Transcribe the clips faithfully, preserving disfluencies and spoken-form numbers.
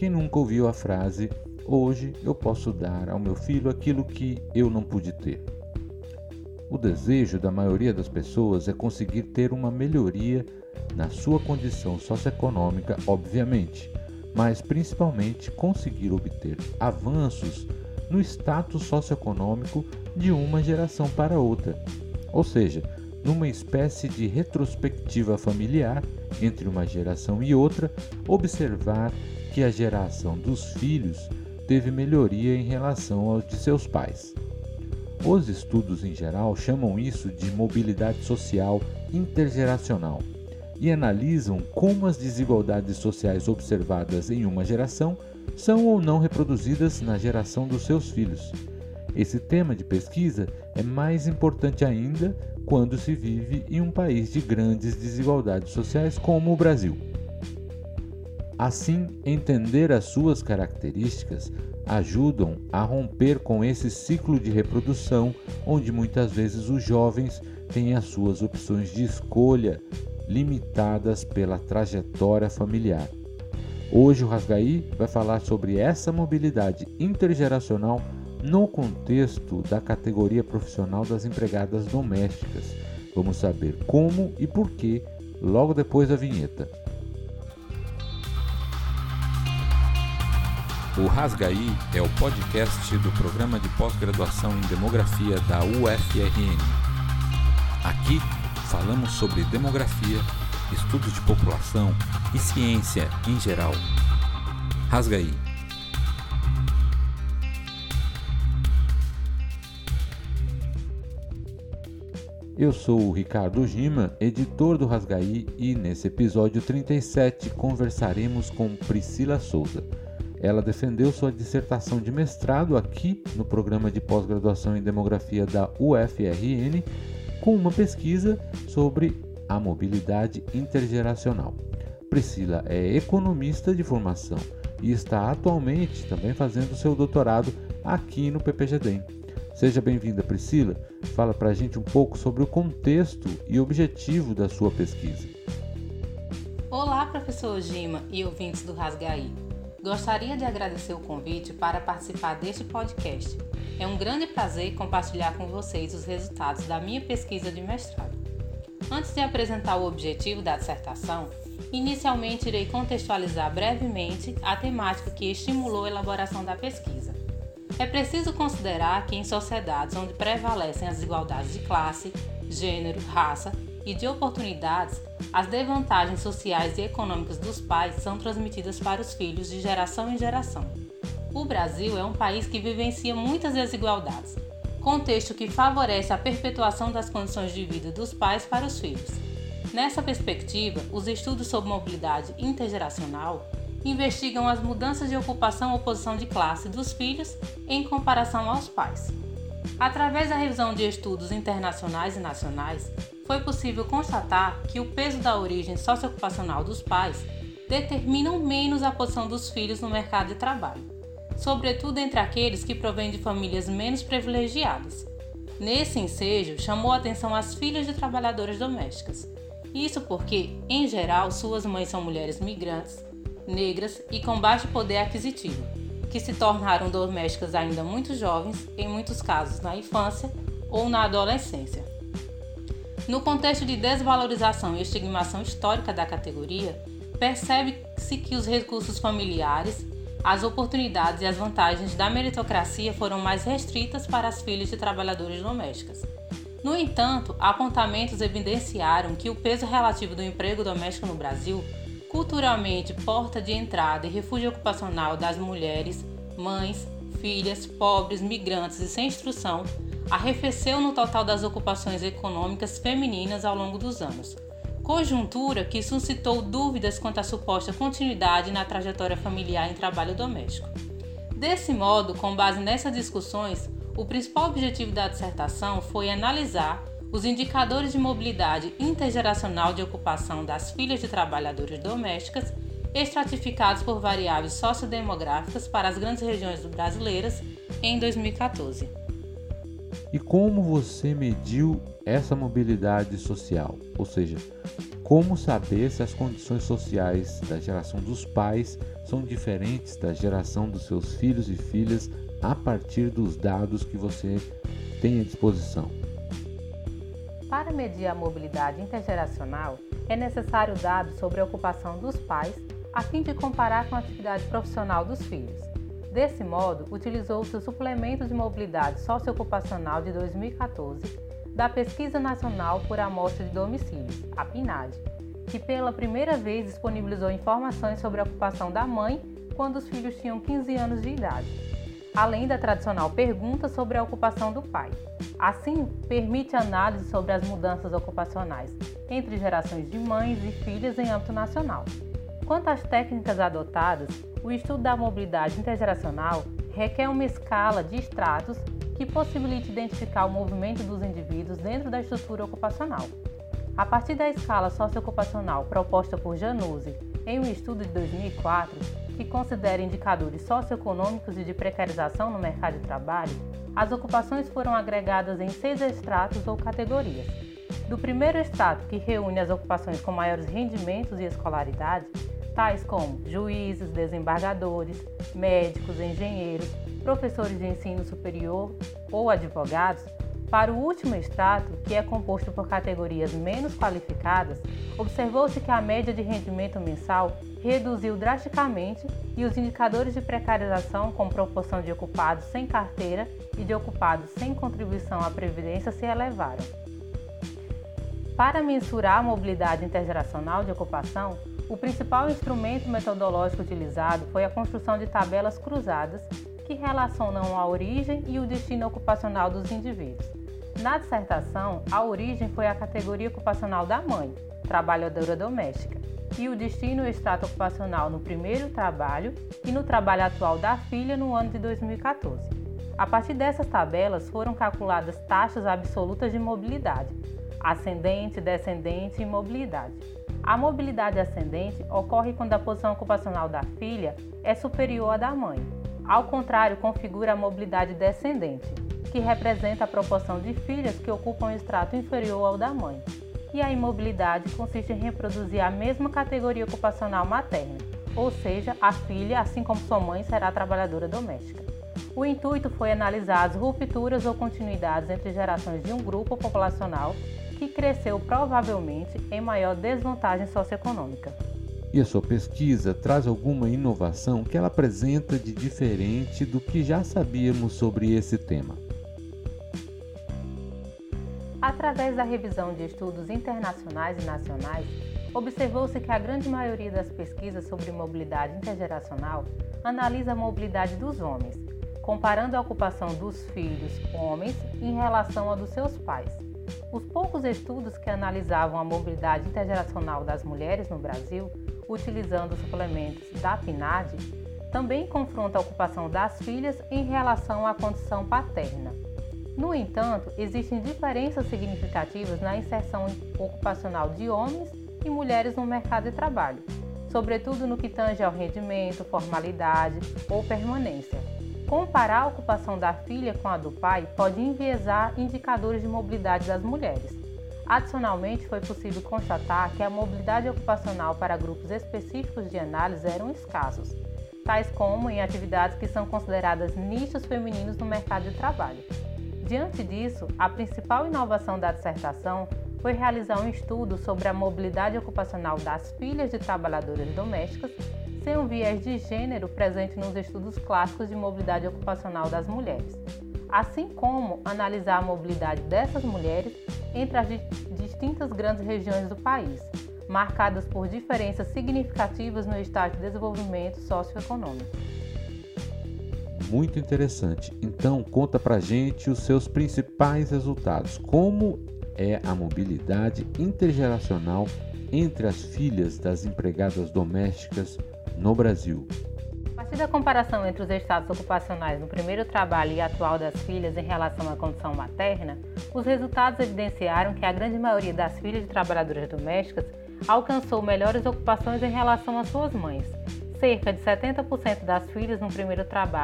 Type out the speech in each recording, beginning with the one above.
Quem nunca ouviu a frase: hoje eu posso dar ao meu filho aquilo que eu não pude ter? O desejo da maioria das pessoas é conseguir ter uma melhoria na sua condição socioeconômica, obviamente, mas principalmente conseguir obter avanços no status socioeconômico de uma geração para outra, ou seja, numa espécie de retrospectiva familiar entre uma geração e outra, observar que a geração dos filhos teve melhoria em relação aos de seus pais. Os estudos em geral chamam isso de mobilidade social intergeracional e analisam como as desigualdades sociais observadas em uma geração são ou não reproduzidas na geração dos seus filhos. Esse tema de pesquisa é mais importante ainda quando se vive em um país de grandes desigualdades sociais como o Brasil. Assim, entender as suas características ajudam a romper com esse ciclo de reprodução, onde muitas vezes os jovens têm as suas opções de escolha limitadas pela trajetória familiar. Hoje o Rasgaí vai falar sobre essa mobilidade intergeracional no contexto da categoria profissional das empregadas domésticas. Vamos saber como e por quê logo depois da vinheta. O Rasgaí é o podcast do Programa de Pós-Graduação em Demografia da U F R N. Aqui falamos sobre demografia, estudos de população e ciência em geral. Rasgaí. Eu sou o Ricardo Gima, editor do Rasgaí, e nesse episódio trinta e sete conversaremos com Priscila Souza. Ela defendeu sua dissertação de mestrado aqui no Programa de Pós-Graduação em Demografia da U F R N com uma pesquisa sobre a mobilidade intergeracional. Priscila é economista de formação e está atualmente também fazendo seu doutorado aqui no P P G D E M. Seja bem-vinda, Priscila. Fala pra gente um pouco sobre o contexto e objetivo da sua pesquisa. Olá, professor Gima e ouvintes do Rasgaí. Gostaria de agradecer o convite para participar deste podcast. É um grande prazer compartilhar com vocês os resultados da minha pesquisa de mestrado. Antes de apresentar o objetivo da dissertação, inicialmente irei contextualizar brevemente a temática que estimulou a elaboração da pesquisa. É preciso considerar que em sociedades onde prevalecem as desigualdades de classe, gênero, raça e de oportunidades, as desvantagens sociais e econômicas dos pais são transmitidas para os filhos de geração em geração. O Brasil é um país que vivencia muitas desigualdades, contexto que favorece a perpetuação das condições de vida dos pais para os filhos. Nessa perspectiva, os estudos sobre mobilidade intergeracional investigam as mudanças de ocupação ou posição de classe dos filhos em comparação aos pais. Através da revisão de estudos internacionais e nacionais, foi possível constatar que o peso da origem socioocupacional dos pais determinam menos a posição dos filhos no mercado de trabalho, sobretudo entre aqueles que provêm de famílias menos privilegiadas. Nesse ensejo, chamou a atenção as filhas de trabalhadoras domésticas. Isso porque, em geral, suas mães são mulheres migrantes, negras e com baixo poder aquisitivo, que se tornaram domésticas ainda muito jovens, em muitos casos na infância ou na adolescência. No contexto de desvalorização e estigmação histórica da categoria, percebe-se que os recursos familiares, as oportunidades e as vantagens da meritocracia foram mais restritas para as filhas de trabalhadoras domésticas. No entanto, apontamentos evidenciaram que o peso relativo do emprego doméstico no Brasil, culturalmente porta de entrada e refúgio ocupacional das mulheres, mães, filhas, pobres, migrantes e sem instrução, arrefeceu no total das ocupações econômicas femininas ao longo dos anos, conjuntura que suscitou dúvidas quanto à suposta continuidade na trajetória familiar em trabalho doméstico. Desse modo, com base nessas discussões, o principal objetivo da dissertação foi analisar os indicadores de mobilidade intergeracional de ocupação das filhas de trabalhadoras domésticas, estratificados por variáveis sociodemográficas para as grandes regiões brasileiras em dois mil e quatorze. E como você mediu essa mobilidade social? Ou seja, como saber se as condições sociais da geração dos pais são diferentes da geração dos seus filhos e filhas a partir dos dados que você tem à disposição? Para medir a mobilidade intergeracional, é necessário dados sobre a ocupação dos pais, a fim de comparar com a atividade profissional dos filhos. Desse modo, utilizou-se o Suplemento de Mobilidade Socioocupacional de dois mil e quatorze da Pesquisa Nacional por Amostra de Domicílios, a PNAD, que pela primeira vez disponibilizou informações sobre a ocupação da mãe quando os filhos tinham quinze anos de idade, além da tradicional pergunta sobre a ocupação do pai. Assim, permite análise sobre as mudanças ocupacionais entre gerações de mães e filhas em âmbito nacional. Quanto às técnicas adotadas, o estudo da mobilidade intergeracional requer uma escala de estratos que possibilite identificar o movimento dos indivíduos dentro da estrutura ocupacional. A partir da escala socioocupacional proposta por Januzzi em um estudo de dois mil e quatro, que considera indicadores socioeconômicos e de precarização no mercado de trabalho, as ocupações foram agregadas em seis estratos ou categorias. Do primeiro estrato, que reúne as ocupações com maiores rendimentos e escolaridade, tais como juízes, desembargadores, médicos, engenheiros, professores de ensino superior ou advogados, para o último estrato, que é composto por categorias menos qualificadas, observou-se que a média de rendimento mensal reduziu drasticamente e os indicadores de precarização com proporção de ocupados sem carteira e de ocupados sem contribuição à Previdência se elevaram. Para mensurar a mobilidade intergeracional de ocupação, o principal instrumento metodológico utilizado foi a construção de tabelas cruzadas que relacionam a origem e o destino ocupacional dos indivíduos. Na dissertação, a origem foi a categoria ocupacional da mãe, trabalhadora doméstica, e o destino o extrato ocupacional no primeiro trabalho e no trabalho atual da filha no ano de dois mil e quatorze. A partir dessas tabelas foram calculadas taxas absolutas de mobilidade, ascendente, descendente e mobilidade. A mobilidade ascendente ocorre quando a posição ocupacional da filha é superior à da mãe. Ao contrário, configura a mobilidade descendente, que representa a proporção de filhas que ocupam o extrato inferior ao da mãe. E a imobilidade consiste em reproduzir a mesma categoria ocupacional materna, ou seja, a filha, assim como sua mãe, será trabalhadora doméstica. O intuito foi analisar as rupturas ou continuidades entre gerações de um grupo populacional que cresceu provavelmente em maior desvantagem socioeconômica. E a sua pesquisa traz alguma inovação que ela apresenta de diferente do que já sabíamos sobre esse tema? Através da revisão de estudos internacionais e nacionais, observou-se que a grande maioria das pesquisas sobre mobilidade intergeracional analisa a mobilidade dos homens, comparando a ocupação dos filhos, homens, em relação à dos seus pais. Os poucos estudos que analisavam a mobilidade intergeracional das mulheres no Brasil, utilizando suplementos da PNAD, também confrontam a ocupação das filhas em relação à condição paterna. No entanto, existem diferenças significativas na inserção ocupacional de homens e mulheres no mercado de trabalho, sobretudo no que tange ao rendimento, formalidade ou permanência. Comparar a ocupação da filha com a do pai pode enviesar indicadores de mobilidade das mulheres. Adicionalmente, foi possível constatar que a mobilidade ocupacional para grupos específicos de análise eram escassos, tais como em atividades que são consideradas nichos femininos no mercado de trabalho. Diante disso, a principal inovação da dissertação foi realizar um estudo sobre a mobilidade ocupacional das filhas de trabalhadoras domésticas, sem um viés de gênero presente nos estudos clássicos de mobilidade ocupacional das mulheres, assim como analisar a mobilidade dessas mulheres entre as distintas grandes regiões do país, marcadas por diferenças significativas no estágio de desenvolvimento socioeconômico. Muito interessante. Então, conta pra gente os seus principais resultados. Como é a mobilidade intergeracional entre as filhas das empregadas domésticas no Brasil? A partir da comparação entre os estados ocupacionais no primeiro trabalho e atual das filhas em relação à condição materna, os resultados evidenciaram que a grande maioria das filhas de trabalhadoras domésticas alcançou melhores ocupações em relação às suas mães. Cerca de setenta por cento das filhas no primeiro trabalho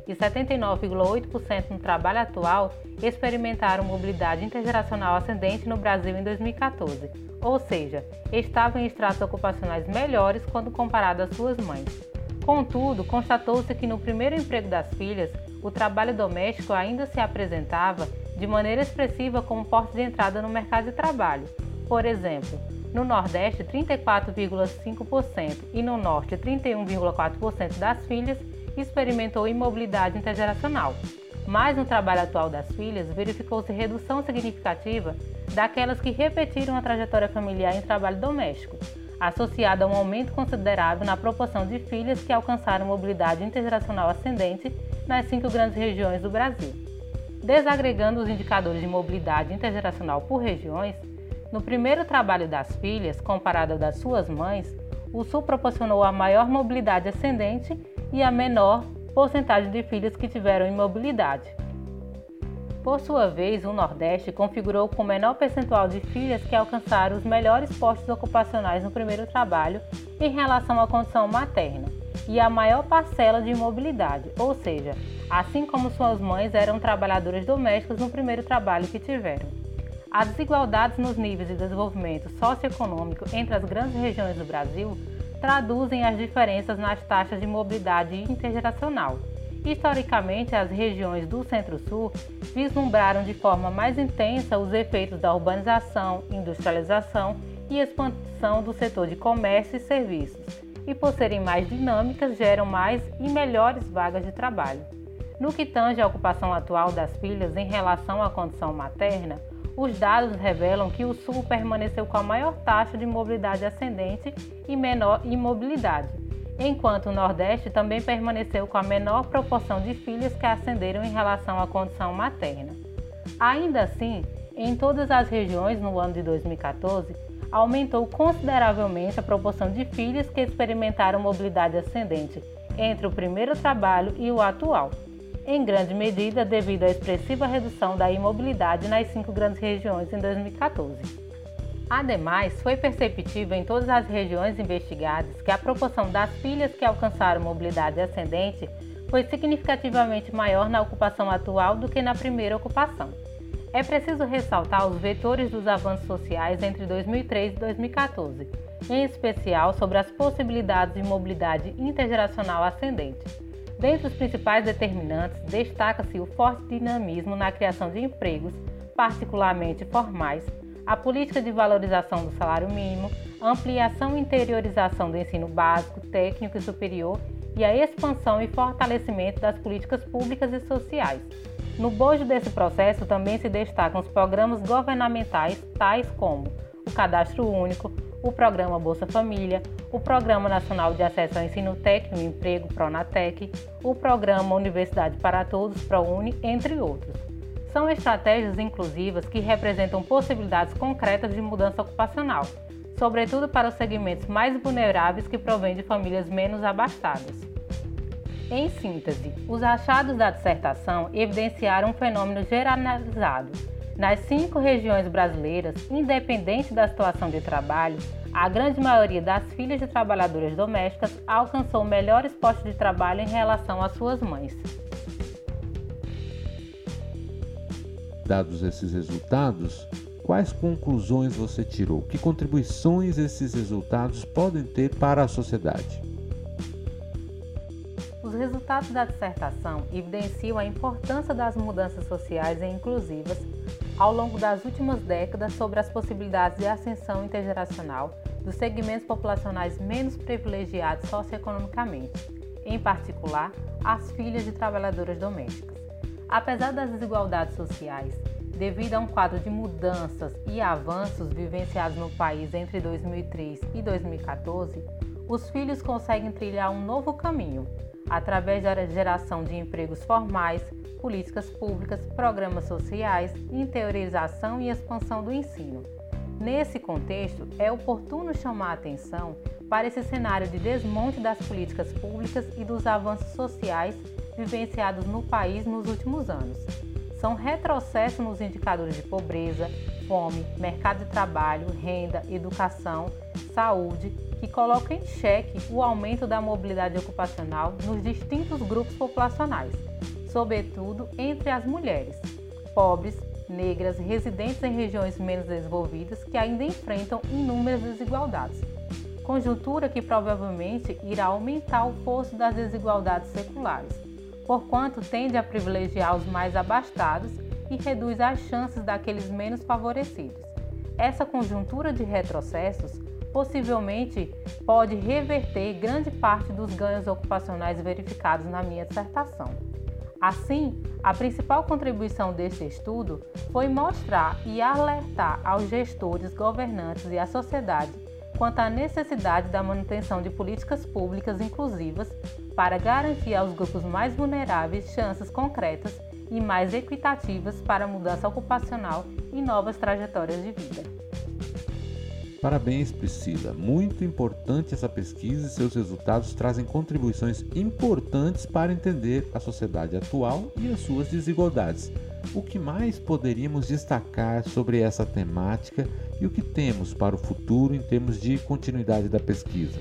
e setenta e nove vírgula oito por cento no trabalho atual experimentaram mobilidade intergeracional ascendente no Brasil em dois mil e quatorze, ou seja, estavam em estratos ocupacionais melhores quando comparado às suas mães. Contudo, constatou-se que no primeiro emprego das filhas, o trabalho doméstico ainda se apresentava de maneira expressiva como porta de entrada no mercado de trabalho. Por exemplo, no Nordeste, trinta e quatro vírgula cinco por cento e no Norte, trinta e um vírgula quatro por cento das filhas experimentou imobilidade intergeracional. Mas no trabalho atual das filhas, verificou-se redução significativa daquelas que repetiram a trajetória familiar em trabalho doméstico, associada a um aumento considerável na proporção de filhas que alcançaram mobilidade intergeracional ascendente nas cinco grandes regiões do Brasil. Desagregando os indicadores de mobilidade intergeracional por regiões, no primeiro trabalho das filhas, comparado ao das suas mães, o Sul proporcionou a maior mobilidade ascendente e a menor porcentagem de filhas que tiveram imobilidade. Por sua vez, o Nordeste configurou com menor percentual de filhas que alcançaram os melhores postos ocupacionais no primeiro trabalho em relação à condição materna, e a maior parcela de imobilidade, ou seja, assim como suas mães eram trabalhadoras domésticas no primeiro trabalho que tiveram. As desigualdades nos níveis de desenvolvimento socioeconômico entre as grandes regiões do Brasil traduzem as diferenças nas taxas de mobilidade intergeracional. Historicamente, as regiões do Centro-Sul vislumbraram de forma mais intensa os efeitos da urbanização, industrialização e expansão do setor de comércio e serviços, e por serem mais dinâmicas, geram mais e melhores vagas de trabalho. No que tange à ocupação atual das filhas em relação à condição materna, os dados revelam que o Sul permaneceu com a maior taxa de mobilidade ascendente e menor imobilidade, enquanto o Nordeste também permaneceu com a menor proporção de filhas que ascenderam em relação à condição materna. Ainda assim, em todas as regiões no ano de dois mil e quatorze, aumentou consideravelmente a proporção de filhas que experimentaram mobilidade ascendente entre o primeiro trabalho e o atual, em grande medida devido à expressiva redução da imobilidade nas cinco grandes regiões em dois mil e quatorze. Ademais, foi perceptível em todas as regiões investigadas que a proporção das filhas que alcançaram mobilidade ascendente foi significativamente maior na ocupação atual do que na primeira ocupação. É preciso ressaltar os vetores dos avanços sociais entre dois mil e três e dois mil e quatorze, em especial sobre as possibilidades de mobilidade intergeracional ascendente. Dentre os principais determinantes, destaca-se o forte dinamismo na criação de empregos, particularmente formais, a política de valorização do salário mínimo, a ampliação e interiorização do ensino básico, técnico e superior e a expansão e fortalecimento das políticas públicas e sociais. No bojo desse processo também se destacam os programas governamentais, tais como o Cadastro Único, o Programa Bolsa Família, o Programa Nacional de Acesso ao Ensino Técnico e Emprego, PRONATEC, o Programa Universidade para Todos, ProUni, entre outros. São estratégias inclusivas que representam possibilidades concretas de mudança ocupacional, sobretudo para os segmentos mais vulneráveis que provêm de famílias menos abastadas. Em síntese, os achados da dissertação evidenciaram um fenômeno generalizado. Nas cinco regiões brasileiras, independente da situação de trabalho, a grande maioria das filhas de trabalhadoras domésticas alcançou melhores postos de trabalho em relação às suas mães. Dados esses resultados, quais conclusões você tirou? Que contribuições esses resultados podem ter para a sociedade? Os resultados da dissertação evidenciam a importância das mudanças sociais e inclusivas ao longo das últimas décadas sobre as possibilidades de ascensão intergeracional dos segmentos populacionais menos privilegiados socioeconomicamente, em particular, as filhas de trabalhadoras domésticas. Apesar das desigualdades sociais, devido a um quadro de mudanças e avanços vivenciados no país entre dois mil e três e dois mil e quatorze, os filhos conseguem trilhar um novo caminho, através da geração de empregos formais, políticas públicas, programas sociais, interiorização e expansão do ensino. Nesse contexto, é oportuno chamar a atenção para esse cenário de desmonte das políticas públicas e dos avanços sociais vivenciados no país nos últimos anos. São retrocessos nos indicadores de pobreza, fome, mercado de trabalho, renda, educação, saúde, que que colocam em xeque o aumento da mobilidade ocupacional nos distintos grupos populacionais, sobretudo entre as mulheres, pobres, negras, residentes em regiões menos desenvolvidas que ainda enfrentam inúmeras desigualdades. Conjuntura que provavelmente irá aumentar o fosso das desigualdades seculares, porquanto tende a privilegiar os mais abastados e reduz as chances daqueles menos favorecidos. Essa conjuntura de retrocessos possivelmente pode reverter grande parte dos ganhos ocupacionais verificados na minha dissertação. Assim, a principal contribuição deste estudo foi mostrar e alertar aos gestores, governantes e à sociedade quanto à necessidade da manutenção de políticas públicas inclusivas para garantir aos grupos mais vulneráveis chances concretas e mais equitativas para a mudança ocupacional e novas trajetórias de vida. Parabéns, Priscila. Muito importante essa pesquisa e seus resultados trazem contribuições importantes para entender a sociedade atual e as suas desigualdades. O que mais poderíamos destacar sobre essa temática e o que temos para o futuro em termos de continuidade da pesquisa?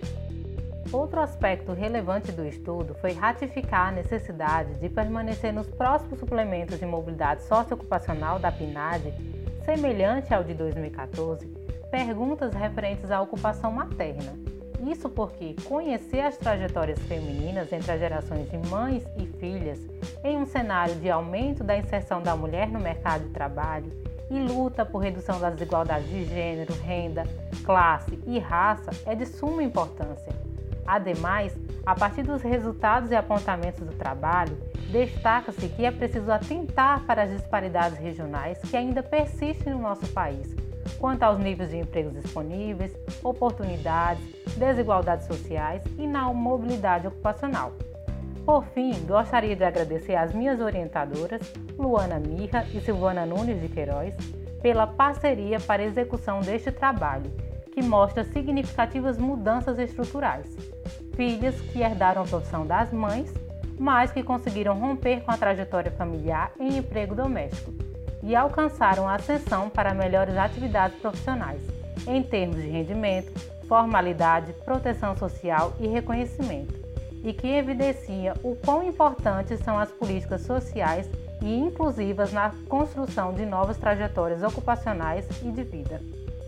Outro aspecto relevante do estudo foi ratificar a necessidade de permanecer nos próximos suplementos de mobilidade socioocupacional da P N A D, semelhante ao de dois mil e catorze, perguntas referentes à ocupação materna. Isso porque conhecer as trajetórias femininas entre as gerações de mães e filhas em um cenário de aumento da inserção da mulher no mercado de trabalho e luta por redução das desigualdades de gênero, renda, classe e raça é de suma importância. Ademais, a partir dos resultados e apontamentos do trabalho, destaca-se que é preciso atentar para as disparidades regionais que ainda persistem no nosso país, quanto aos níveis de empregos disponíveis, oportunidades, desigualdades sociais e na mobilidade ocupacional. Por fim, gostaria de agradecer às minhas orientadoras, Luana Mirra e Silvana Nunes de Queiroz, pela parceria para a execução deste trabalho, que mostra significativas mudanças estruturais. Filhas que herdaram a profissão das mães, mas que conseguiram romper com a trajetória familiar em emprego doméstico e alcançaram a ascensão para melhores atividades profissionais, em termos de rendimento, formalidade, proteção social e reconhecimento, e que evidencia o quão importantes são as políticas sociais e inclusivas na construção de novas trajetórias ocupacionais e de vida.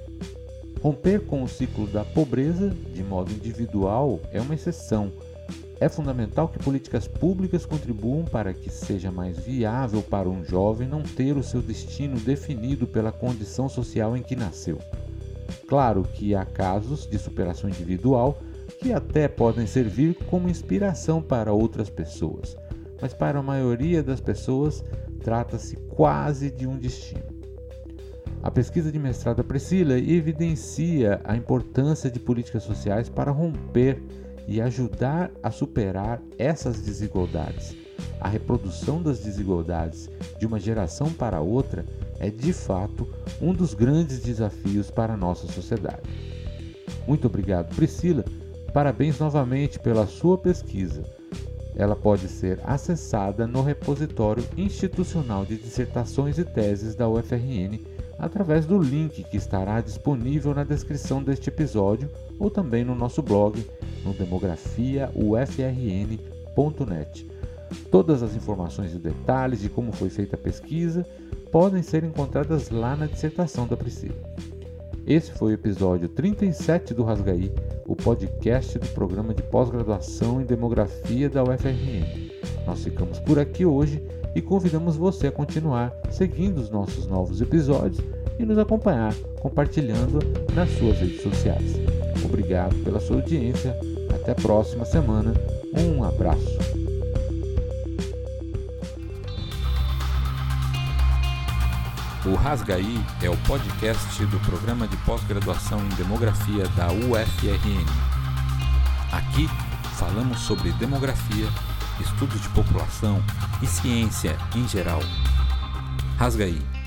Romper com o ciclo da pobreza, de modo individual, é uma exceção. É fundamental que políticas públicas contribuam para que seja mais viável para um jovem não ter o seu destino definido pela condição social em que nasceu. Claro que há casos de superação individual que até podem servir como inspiração para outras pessoas, mas para a maioria das pessoas trata-se quase de um destino. A pesquisa de mestrado da Priscila evidencia a importância de políticas sociais para romper e ajudar a superar essas desigualdades. A reprodução das desigualdades de uma geração para outra é, de fato, um dos grandes desafios para a nossa sociedade. Muito obrigado, Priscila. Parabéns novamente pela sua pesquisa. Ela pode ser acessada no repositório institucional de dissertações e teses da U F R N através do link que estará disponível na descrição deste episódio ou também no nosso blog no demografia u f r n ponto net. Todas as informações e detalhes de como foi feita a pesquisa podem ser encontradas lá na dissertação da Priscila. Esse foi o episódio trinta e sete do Rasgaí, o podcast do programa de pós-graduação em demografia da U F R N. Nós ficamos por aqui hoje e convidamos você a continuar seguindo os nossos novos episódios e nos acompanhar compartilhando nas suas redes sociais. Obrigado pela sua audiência. Até a próxima semana. Um abraço. O Rasgaí é o podcast do programa de pós-graduação em demografia da U F R N. Aqui falamos sobre demografia, estudos de população e ciência em geral. Rasgaí.